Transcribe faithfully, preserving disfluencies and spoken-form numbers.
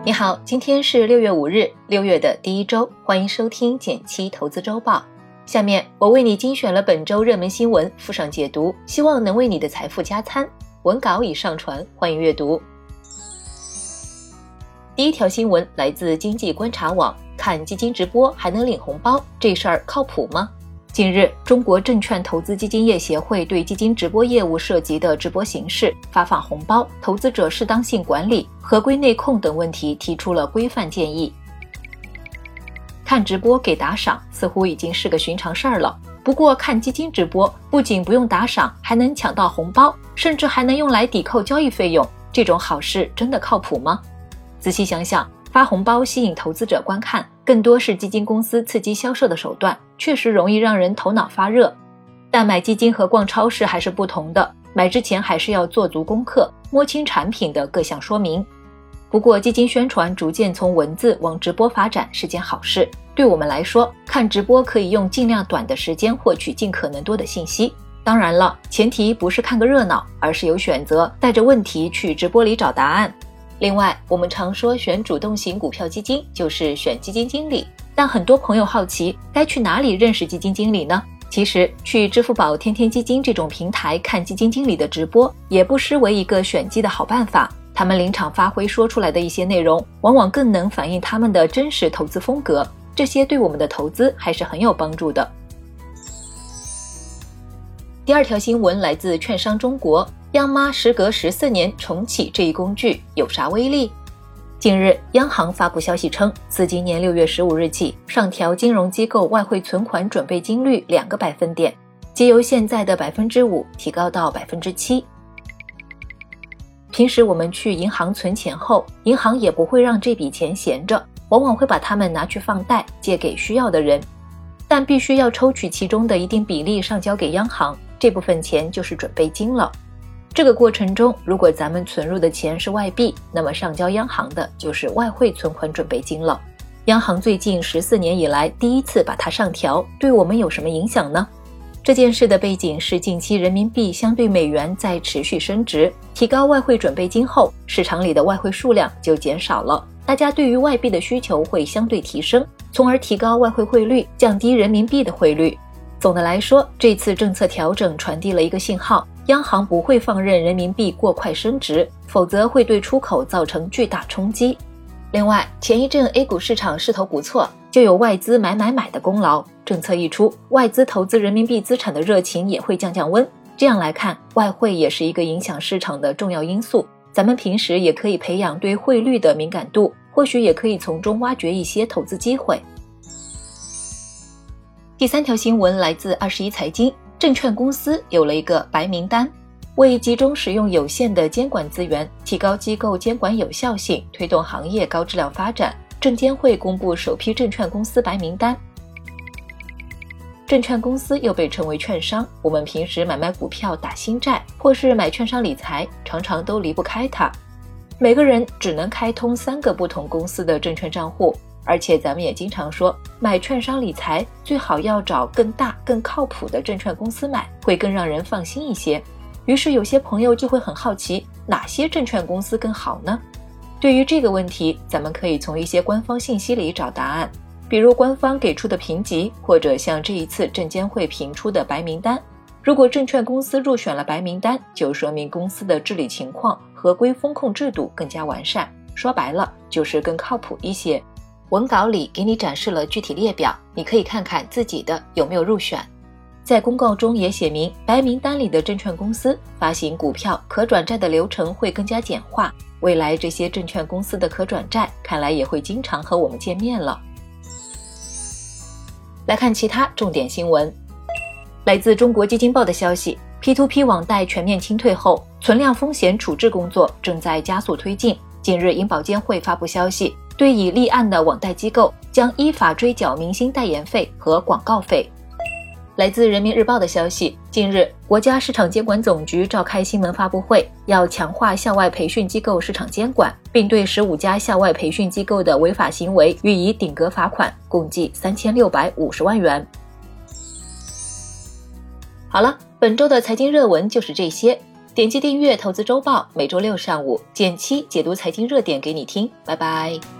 你好，今天是六月五日，六月的第一周，欢迎收听减七投资周报。下面我为你精选了本周热门新闻，附上解读，希望能为你的财富加餐。文稿已上传，欢迎阅读。第一条新闻来自经济观察网，看基金直播还能领红包，这事儿靠谱吗？近日，中国证券投资基金业协会对基金直播业务涉及的直播形式、发放红包、投资者适当性管理、合规内控等问题提出了规范建议。看直播给打赏似乎已经是个寻常事儿了，不过看基金直播不仅不用打赏，还能抢到红包，甚至还能用来抵扣交易费用，这种好事真的靠谱吗？仔细想想，发红包吸引投资者观看，更多是基金公司刺激销售的手段，确实容易让人头脑发热。但买基金和逛超市还是不同的，买之前还是要做足功课，摸清产品的各项说明。不过基金宣传逐渐从文字往直播发展是件好事，对我们来说，看直播可以用尽量短的时间获取尽可能多的信息。当然了，前提不是看个热闹，而是有选择，带着问题去直播里找答案。另外，我们常说选主动型股票基金就是选基金经理，但很多朋友好奇，该去哪里认识基金经理呢？其实去支付宝天天基金这种平台看基金经理的直播，也不失为一个选基的好办法。他们临场发挥说出来的一些内容，往往更能反映他们的真实投资风格，这些对我们的投资还是很有帮助的。第二条新闻来自券商中国，央妈时隔十四年重启这一工具有啥威力？近日，央行发布消息称，自今年六月十五日起，上调金融机构外汇存款准备金率两个百分点，即由现在的百分之五提高到百分之七。平时我们去银行存钱后，银行也不会让这笔钱闲着，往往会把它们拿去放贷，借给需要的人，但必须要抽取其中的一定比例上交给央行，这部分钱就是准备金了。这个过程中，如果咱们存入的钱是外币，那么上交央行的就是外汇存款准备金了。央行最近十四年以来第一次把它上调，对我们有什么影响呢？这件事的背景是近期人民币相对美元在持续升值，提高外汇准备金后，市场里的外汇数量就减少了，大家对于外币的需求会相对提升，从而提高外汇汇率，降低人民币的汇率。总的来说，这次政策调整传递了一个信号，央行不会放任人民币过快升值，否则会对出口造成巨大冲击。另外，前一阵 A 股市场势头不错，就有外资买买买的功劳，政策一出，外资投资人民币资产的热情也会降降温。这样来看，外汇也是一个影响市场的重要因素，咱们平时也可以培养对汇率的敏感度，或许也可以从中挖掘一些投资机会。第三条新闻来自二十一财经，证券公司有了一个白名单。为集中使用有限的监管资源，提高机构监管有效性，推动行业高质量发展，证监会公布首批证券公司白名单。证券公司又被称为券商，我们平时买卖股票、打新债，或是买券商理财，常常都离不开它。每个人只能开通三个不同公司的证券账户，而且咱们也经常说，买券商理财最好要找更大、更靠谱的证券公司买，会更让人放心一些。于是有些朋友就会很好奇，哪些证券公司更好呢？对于这个问题，咱们可以从一些官方信息里找答案，比如官方给出的评级，或者像这一次证监会评出的白名单。如果证券公司入选了白名单，就说明公司的治理情况、合规风控制度更加完善，说白了就是更靠谱一些。文稿里给你展示了具体列表，你可以看看自己的有没有入选。在公告中也写明，白名单里的证券公司发行股票、可转债的流程会更加简化，未来这些证券公司的可转债看来也会经常和我们见面了。来看其他重点新闻。来自中国基金报的消息， P to P 网贷全面清退后，存量风险处置工作正在加速推进。近日，银保监会发布消息，对已立案的网贷机构将依法追缴明星代言费和广告费。来自人民日报的消息，近日国家市场监管总局召开新闻发布会，要强化校外培训机构市场监管，并对十五家校外培训机构的违法行为予以顶格罚款，共计三千六百五十万元。好了，本周的财经热文就是这些。 点击订阅投资周报，每周六上午减七解读财经热点给你听，拜拜。